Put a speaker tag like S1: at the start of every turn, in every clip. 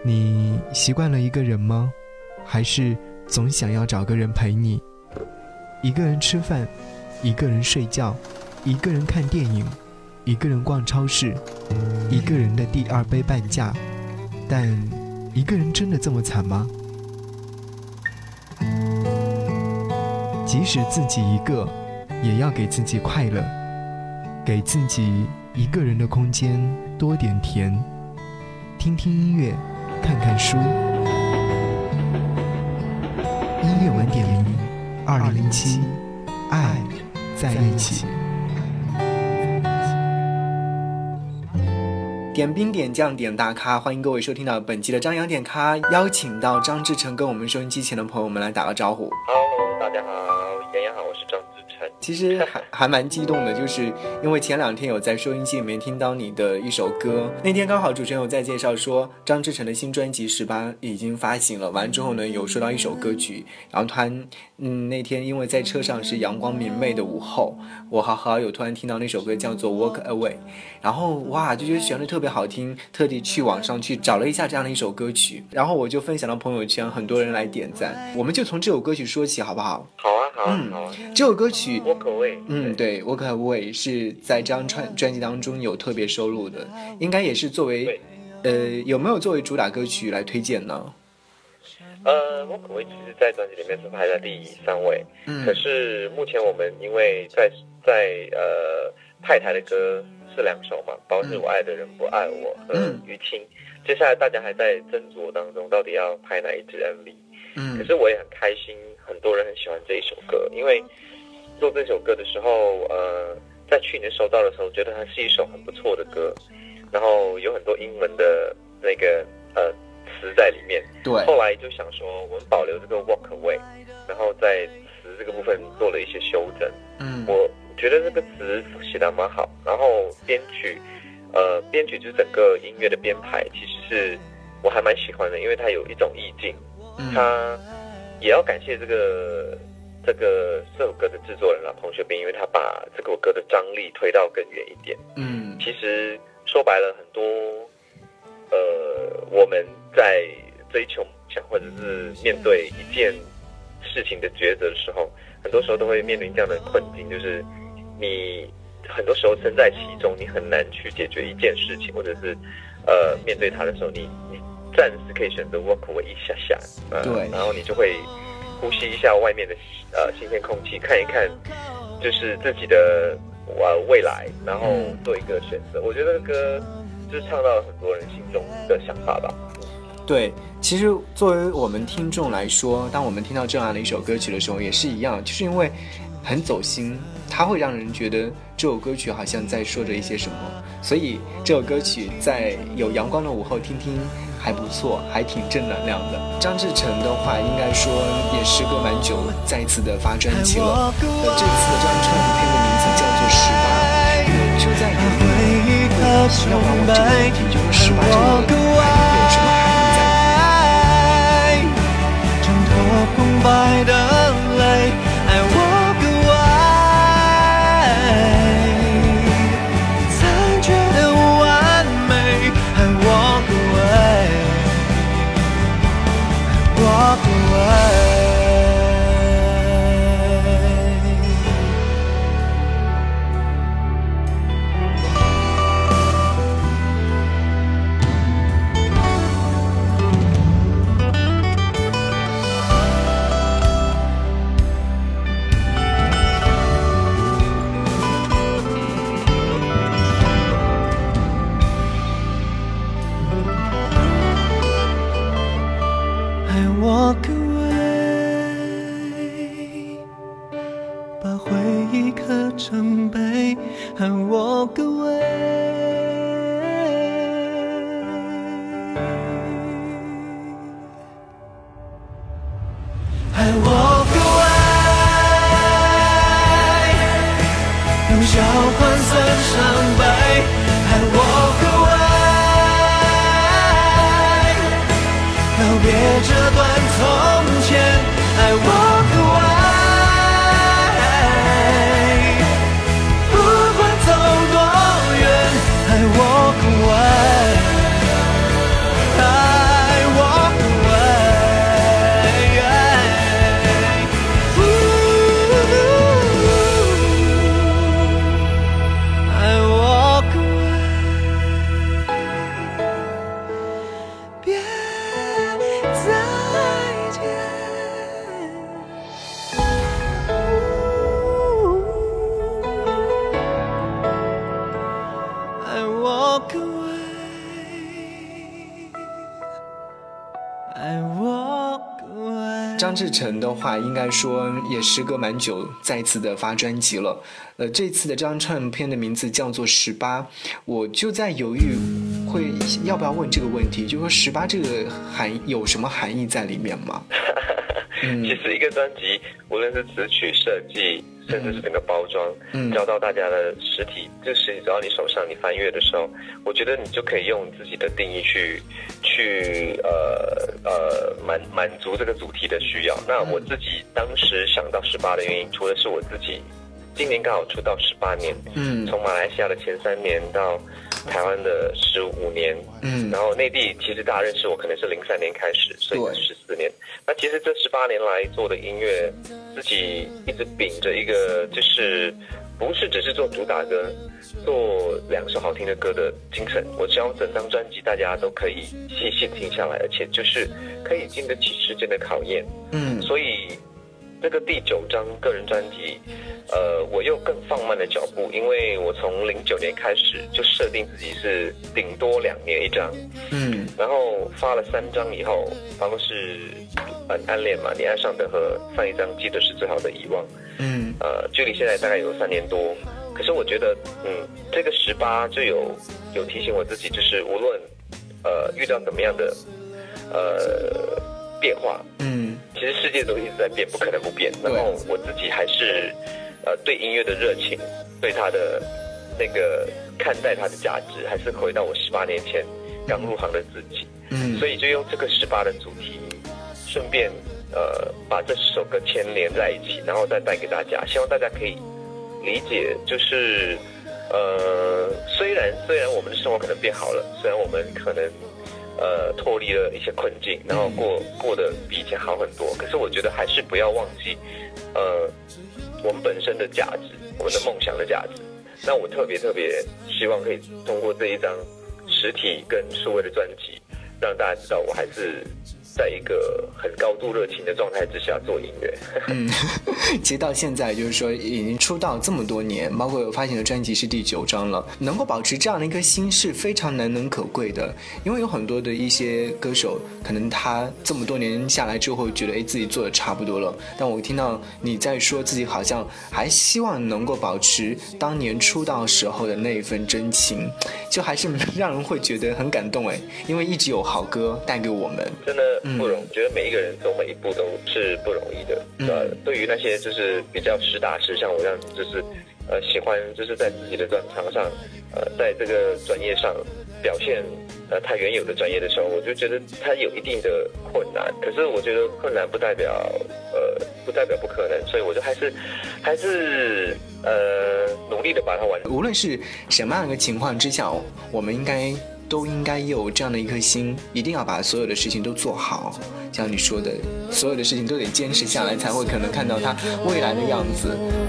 S1: 你习惯了一个人吗？还是总想要找个人陪你？一个人吃饭，一个人睡觉，一个人看电影，一个人逛超市，一个人的第二杯半价。但一个人真的这么惨吗？即使自己一个，也要给自己快乐，给自己一个人的空间，多点甜，听听音乐，看看书。音乐晚点名，2007，爱在一起。点兵点将点大咖，欢迎各位收听到本期的张扬点咖，邀请到张志成跟我们收音机前的朋友们来打个招呼。
S2: Hello， 大家好，杨洋好，我是张志成。
S1: 其实还蛮激动的，就是因为前2天有在收音机里面听到你的一首歌，那天刚好主持人有在介绍说张志成的新专辑18已经发行了，完之后呢有说到一首歌曲，然后突然那天因为在车上是阳光明媚的午后，我和好友突然听到那首歌叫做 Walk Away， 然后哇就觉得旋律特别好听，特地去网上去找了一下这样的一首歌曲，然后我就分享到朋友圈，很多人来点赞。我们就从这首歌曲说起好不好？
S2: 好啊好啊好啊。
S1: 这首歌曲
S2: Walk Away，
S1: 对 Walk Away 是在这张专辑当中有特别收录的，应该也是作为有没有作为主打歌曲来推荐呢
S2: Walk Away 其实在专辑里面是排在第3位，可是目前我们因为在派台的歌是2首嘛，包括是我爱的人不爱我和于青，接下来大家还在斟酌当中，到底要拍哪一支 MV。可是我也很开心，很多人很喜欢这一首歌，因为做这首歌的时候，在去年收到的时候，觉得它是一首很不错的歌，然后有很多英文的那个词在里面。
S1: 对。
S2: 后来就想说，我们保留这个 Walk Away， 然后在词这个部分做了一些修正。我觉得这个词写得蛮好，然后编曲就是整个音乐的编排，其实是我还蛮喜欢的，因为它有一种意境。它也要感谢这首歌的制作人彭学斌，因为他把这个歌的张力推到更远一点。其实说白了，很多我们在追求梦想或者是面对一件事情的抉择的时候，很多时候都会面临这样的困境，就是你很多时候身在其中，你很难去解决一件事情，或者是面对它的时候，你暂时可以选择 walk away 一下下，
S1: 对，
S2: 然后你就会呼吸一下外面的新鲜空气，看一看就是自己的未来，然后做一个选择。我觉得这个歌就是唱到了很多人心中的想法吧。
S1: 对，其实作为我们听众来说，当我们听到这样的一首歌曲的时候也是一样，就是因为很走心，它会让人觉得这首歌曲好像在说着一些什么，所以这首歌曲在有阳光的午后听听还不错，还挺正能量的。张志成的话应该说也时隔蛮久再一次的发专辑了，这次的这张专辑配的名字叫做18，就在有人会要不然我这个问题就是18这个有什么含义在？
S3: 挣脱澎湃的泪I walk away， 才觉得完美I walk away I walk away。Walk away， 把回忆刻成碑 I walk away I walk away， 用笑换算伤悲 I walk away， 告别这段从前 I walk away， 不管走多远 I walk away I 爱我更为。
S1: 张志成的话，应该说也时隔蛮久，再次的发专辑了。这次的这张唱片的名字叫做18，我就在犹豫，要不要问这个问题，就说18这个有什么含义在里面吗？
S2: 其实一个专辑，无论是词曲设计，甚至是整个包装，交到大家的实体，这实体走到你手上，你翻阅的时候，我觉得你就可以用自己的定义去满足这个主题的需要。那我自己当时想到18的原因，除了是我自己今年刚好出道18年，从马来西亚的前3年到台湾的15年，然后内地其实大家认识我可能是03年开始，所以是14年。那其实这18年来做的音乐，自己一直秉着一个就是不是只是做主打歌，做2首好听的歌的精神。我希望整张专辑大家都可以细细听下来，而且就是可以经得起时间的考验。所以这个第9张个人专辑，我又更放慢了脚步，因为我从09年开始就设定自己是顶多2年1张，然后发了3张以后，包括是暗恋嘛，你爱上的和上一张记得是最好的遗忘，距离现在大概有3年多。可是我觉得，这个18就有提醒我自己，就是无论遇到怎么样的变化，其实世界都一直在变，不可能不变。然后我自己还是对音乐的热情，对它的那个看待它的价值，还是回到我18年前刚入行的自己。所以就用这个18的主题，顺便把这10首歌牵连在一起，然后再带给大家，希望大家可以理解，就是虽然我们的生活可能变好了，虽然我们可能脱离了一些困境，然后过得比以前好很多，可是我觉得还是不要忘记我们本身的价值，我们的梦想的价值。那我特别希望可以通过这一张实体跟数位的专辑，让大家知道我还是在一个很高度热情的状态之下做音乐。
S1: 其实到现在就是说已经出道这么多年，包括发行的专辑是第9张了，能够保持这样的一颗心是非常难能可贵的。因为有很多的一些歌手，可能他这么多年下来之后觉得自己做的差不多了，但我听到你在说自己好像还希望能够保持当年出道时候的那一份真情，就还是让人会觉得很感动因为一直有好歌带给我们，
S2: 真的不容易，觉得每一个人走每一步都是不容易的。对于那些就是比较实打实，像我这样子，就是喜欢就是在自己的专长上，在这个专业上表现他原有的专业的时候，我就觉得他有一定的困难。可是我觉得困难不代表不可能，所以我就还是努力的把它完成。
S1: 无论是什么样的一个情况之下，我们都应该有这样的一颗心，一定要把所有的事情都做好。像你说的，所有的事情都得坚持下来，才会可能看到它未来的样子。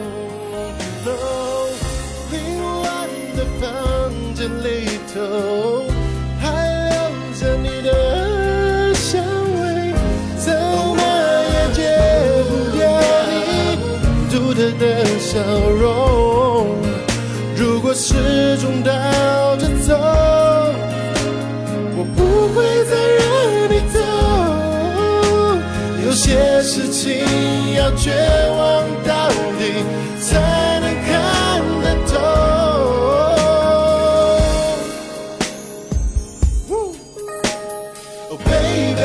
S3: 凌乱的房间里头，还留着你的香味，怎么也戒不掉你独特的笑容。如果始终倒着走，我不会再让你走。有些事情要绝望到底，才能看得透。Oh baby,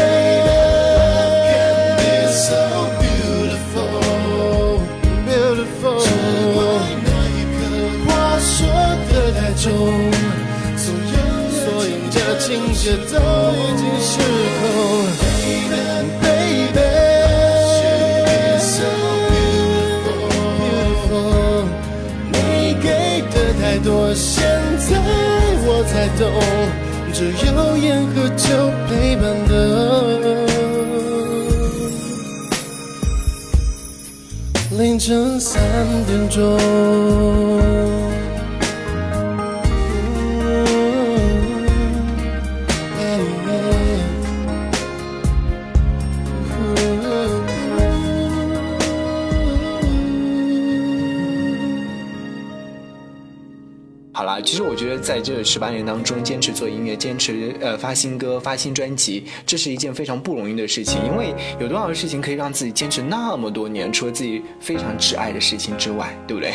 S3: can be so beautiful, beautiful。只怪那一刻话说得太重，所以这情节都已经失控。Baby, so beautiful， 你给的太多，现在我才懂，只有烟和酒陪伴的凌晨3点钟。
S1: 其实我觉得在这18年当中，坚持做音乐，坚持发新歌、发新专辑，这是一件非常不容易的事情。因为有多少的事情可以让自己坚持那么多年？除了自己非常挚爱的事情之外，对不对？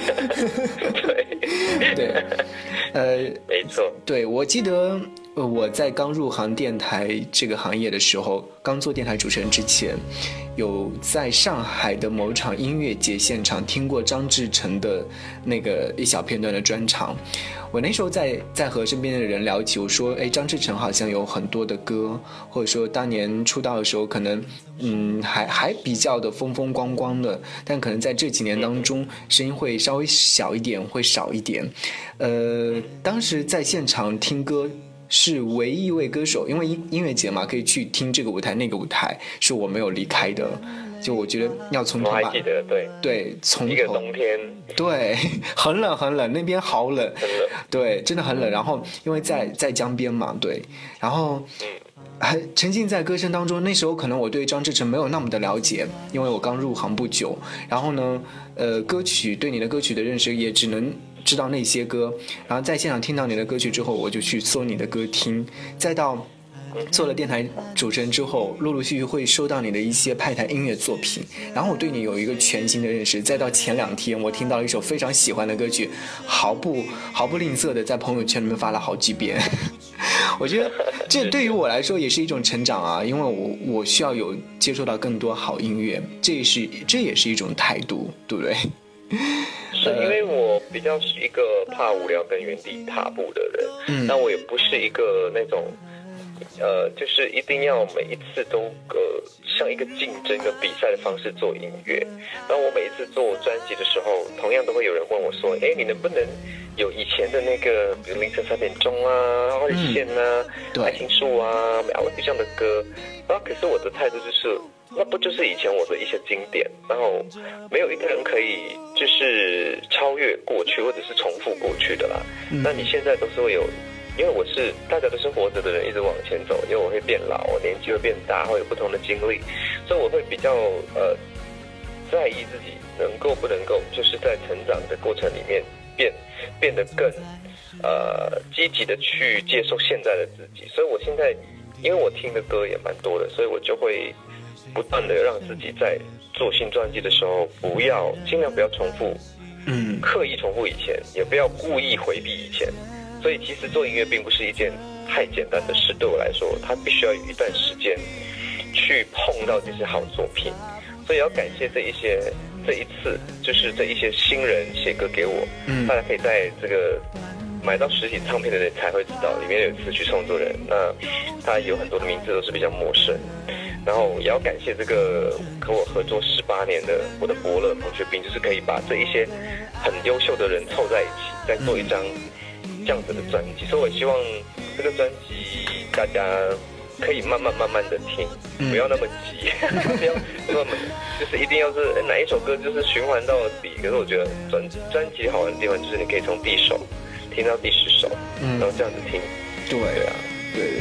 S2: 对，没错。
S1: 对，我记得我在刚入行电台这个行业的时候，刚做电台主持人之前，有在上海的某场音乐节现场听过张志成的那个一小片段的专场。我那时候在和身边的人聊起，我说张志成好像有很多的歌，或者说当年出道的时候可能还比较的风风光光的，但可能在这几年当中声音会稍微小一点，会少一点。当时在现场听歌是唯一一位歌手，因为音乐节嘛，可以去听这个舞台那个舞台，是我没有离开的。就我觉得要从头，
S2: 我还记得，
S1: 对，从头
S2: 一个冬天，
S1: 对，很冷，那边好冷，
S2: 很冷，
S1: 对，真的很冷。然后因为在江边嘛，对，然后还沉浸在歌声当中。那时候可能我对张志成没有那么的了解，因为我刚入行不久。然后呢，歌曲对你的歌曲的认识也只能知道那些歌。然后在现场听到你的歌曲之后，我就去搜你的歌听，再到做了电台主持人之后，陆陆续续会收到你的一些派台音乐作品，然后我对你有一个全新的认识。再到前2天，我听到了一首非常喜欢的歌曲，毫不吝啬的在朋友圈里面发了好几遍。我觉得这对于我来说也是一种成长啊，因为我需要有接受到更多好音乐，这也是一种态度，对不对？
S2: 是因为我比较是一个怕无聊跟原地踏步的人，但我也不是一个那种就是一定要每一次都像一个竞争跟比赛的方式做音乐。然后我每一次做专辑的时候，同样都会有人问我说：“你能不能有以前的那个，比如凌晨3点钟啊、二线啊、爱情树啊、苗尾这样的歌？”然后可是我的态度就是，那不就是以前我的一些经典，然后没有一个人可以就是超越过去或者是重复过去的啦。那你现在都是会有。因为大家都是活着的人，一直往前走。因为我会变老，我年纪会变大，会有不同的经历，所以我会比较在意自己能够不能够，就是在成长的过程里面变得更积极的去接受现在的自己。所以我现在，因为我听的歌也蛮多的，所以我就会不断的让自己在做新专辑的时候，尽量不要重复，刻意重复以前，也不要故意回避以前。所以其实做音乐并不是一件太简单的事，对我来说，它必须要有一段时间去碰到这些好作品。所以要感谢这一次，就是这一些新人写歌给我，大家可以在这个买到实体唱片的人才会知道，里面有词曲创作人，那他有很多的名字都是比较陌生。然后也要感谢这个和我合作18年的我的伯乐彭学斌，就是可以把这一些很优秀的人凑在一起，再做一张这样子的专辑。所以我希望这个专辑大家可以慢慢的听，不要那么急，不要那么就是一定要是哪一首歌就是循环到底。可是我觉得专辑好玩的地方就是你可以从第1首听到第10首，然后这样子听。
S1: 对啊，对。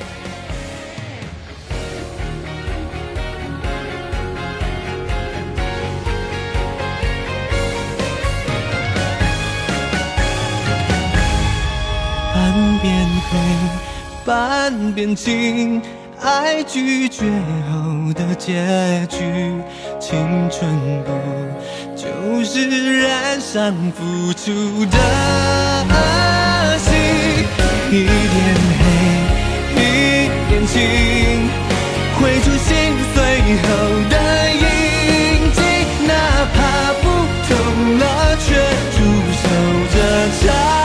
S3: 半边黑，半边青，爱拒绝后的结局，青春不就是染上付出的心？一点黑，一点青，绘出心碎后的印记，哪怕不痛了，却驻守着唱。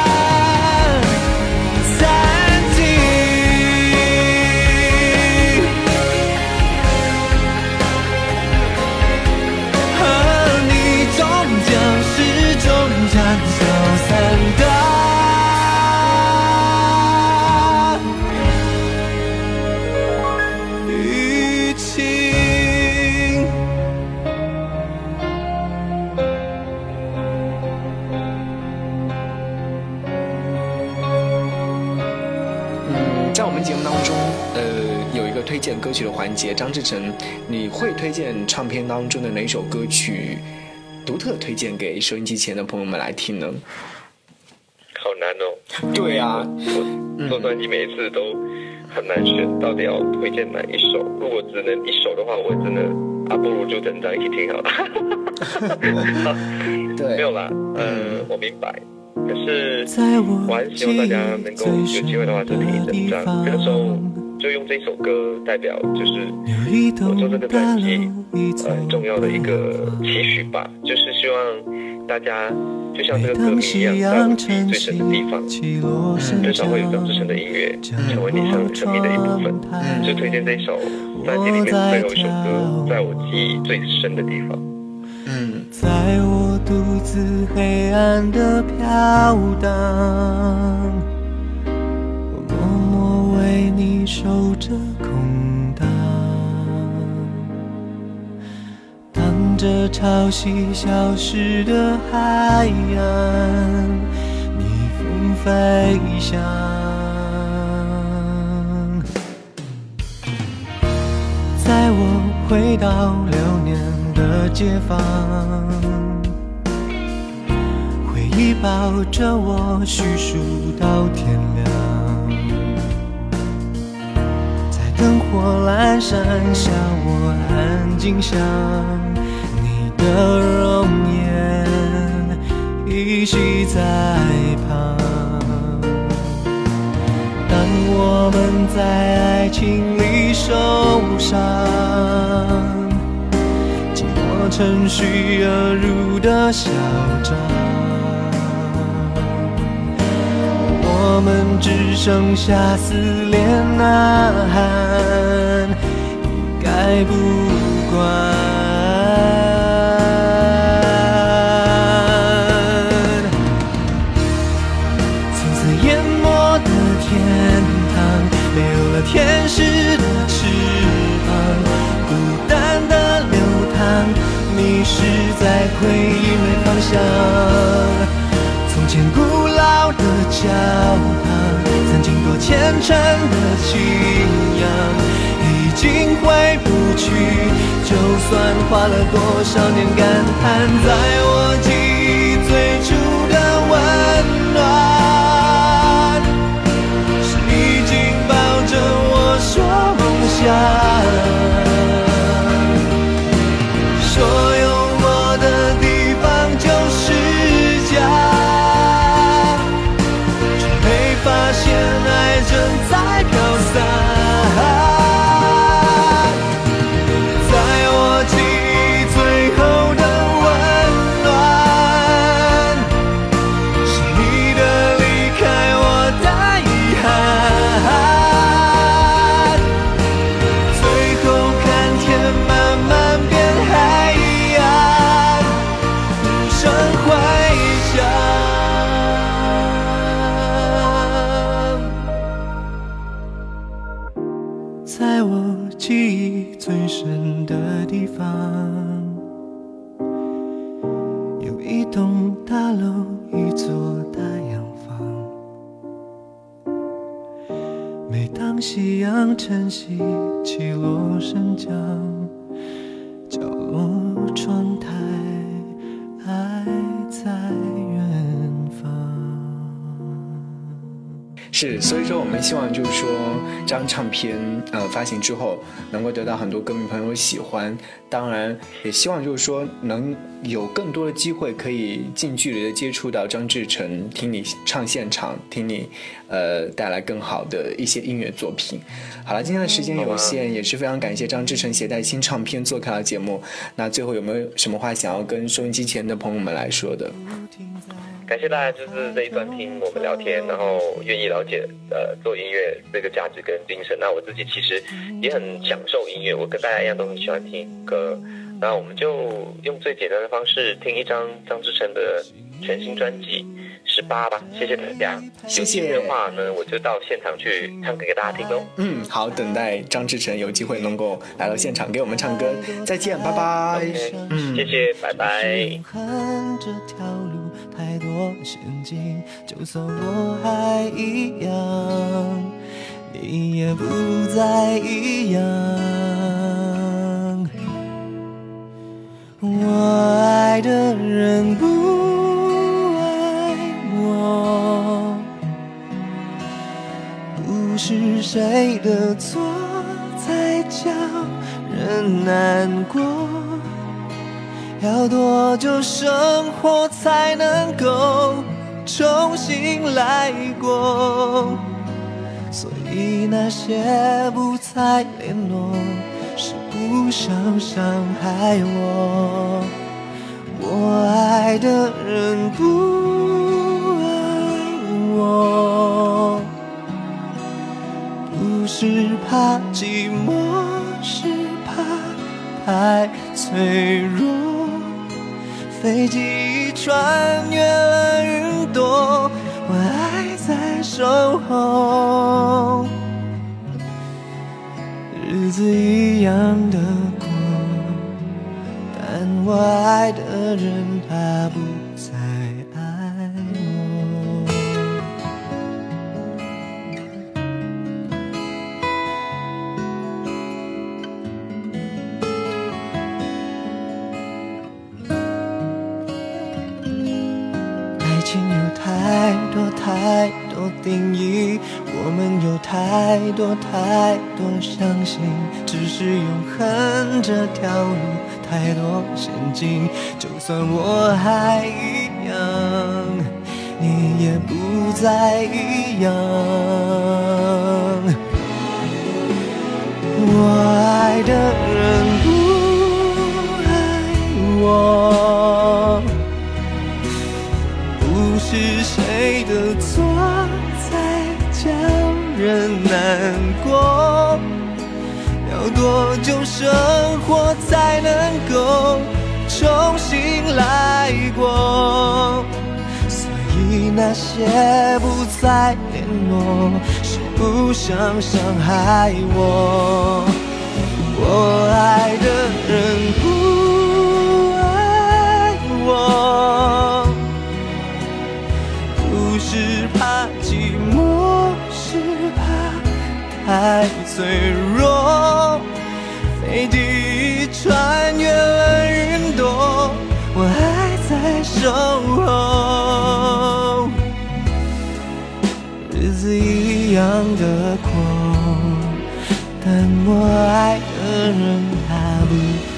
S1: 在我们节目当中，有一个推荐歌曲的环节。张志成，你会推荐唱片当中的哪首歌曲，独特推荐给收音机前的朋友们来听呢？ 对啊，
S2: 我做专辑每一次都很难选，到底要推荐哪一首？如果只能一首的话，我真的不如就整张一起听好了。
S1: 对，
S2: 没有啦，我明白。可是我还是希望大家能够有机会的话就听一整张，有的时候就用这首歌代表就是我做这个专辑很重要的一个期许吧，就是希望大家就像这个歌名一样，在我自己最深的地方，至少会有张智成的音乐成为你生命的一部分。就推荐这一首专辑里面最后一首歌，在我记忆最深的地方。
S3: 在我独自黑暗的飘荡，我默默为你守着空档，当着潮汐消失的海洋，逆风飞翔。在我回到6年的街坊，回忆抱着我叙述到天亮，在灯火阑珊下，我安静想你的容颜依稀在旁。当我们在爱情里受伤，寂寞趁虚而入的嚣张，我们只剩下撕裂呐喊，一概不管。从此淹没的天堂，没有了天使的翅膀，孤单的流淌，迷失在回忆没方向。从前古老的教堂，曾经多虔诚的信仰，已经回不去，就算花了多少年感叹，在我记忆最初的温暖，是已经抱着我说梦想。说有我的地方就是家，却没发现爱正在飘散。在我记忆最后的温暖，是你的离开我的遗憾。最后看天慢慢变黑暗，无声回响。在我记忆最深的地方，有一栋大楼，一座大洋房。每当夕阳晨曦起落升降，角落窗台还在远方。
S1: 是，所以说我们希望就是说，这张唱片发行之后，能够得到很多歌迷朋友喜欢。当然，也希望就是说，能有更多的机会可以近距离的接触到张智成，听你唱现场，听你带来更好的一些音乐作品。好了，今天的时间有限，也是非常感谢张智成携带新唱片做客到节目。那最后有没有什么话想要跟收音机前的朋友们来说的？
S2: 感谢大家就是这一段听我们聊天，然后愿意了解做音乐这个价值跟精神。那我自己其实也很享受音乐，我跟大家一样都很喜欢听歌。那我们就用最简单的方式听一张张智成的全新专辑18吧。谢谢大家，
S1: 谢谢。
S2: 有机会的话呢，我就到现场去唱歌给大家听喽。
S1: 好，等待张智成有机会能够来到现场给我们唱歌。再见，拜拜。
S2: 谢谢，拜拜。
S3: 这条路太多陷阱，就算我还一样，你也不再一样。我爱的人不爱我， 不是谁的错才叫人难过，要多久生活才能够重新来过？所以那些不再联络，是不想伤害我。我爱的人不爱我，不是怕寂寞，是怕太脆弱。飞机穿越了云朵，我还在守候。日子一样的过，但我爱的人他不再爱我。爱情有太多太多定义，我们有太多太多相信，只是永恒这条路太多陷阱。就算我还一样，你也不再一样。我爱的人不爱我，不是谁的错才叫人难过，要多久生活才能够重新来过？所以那些不再联络，是不想伤害我。我爱的人不爱我，不是怕寂寞，是怕太脆弱。飞机穿越了云朵，我还在守候。日子一样的过，但我爱的人他不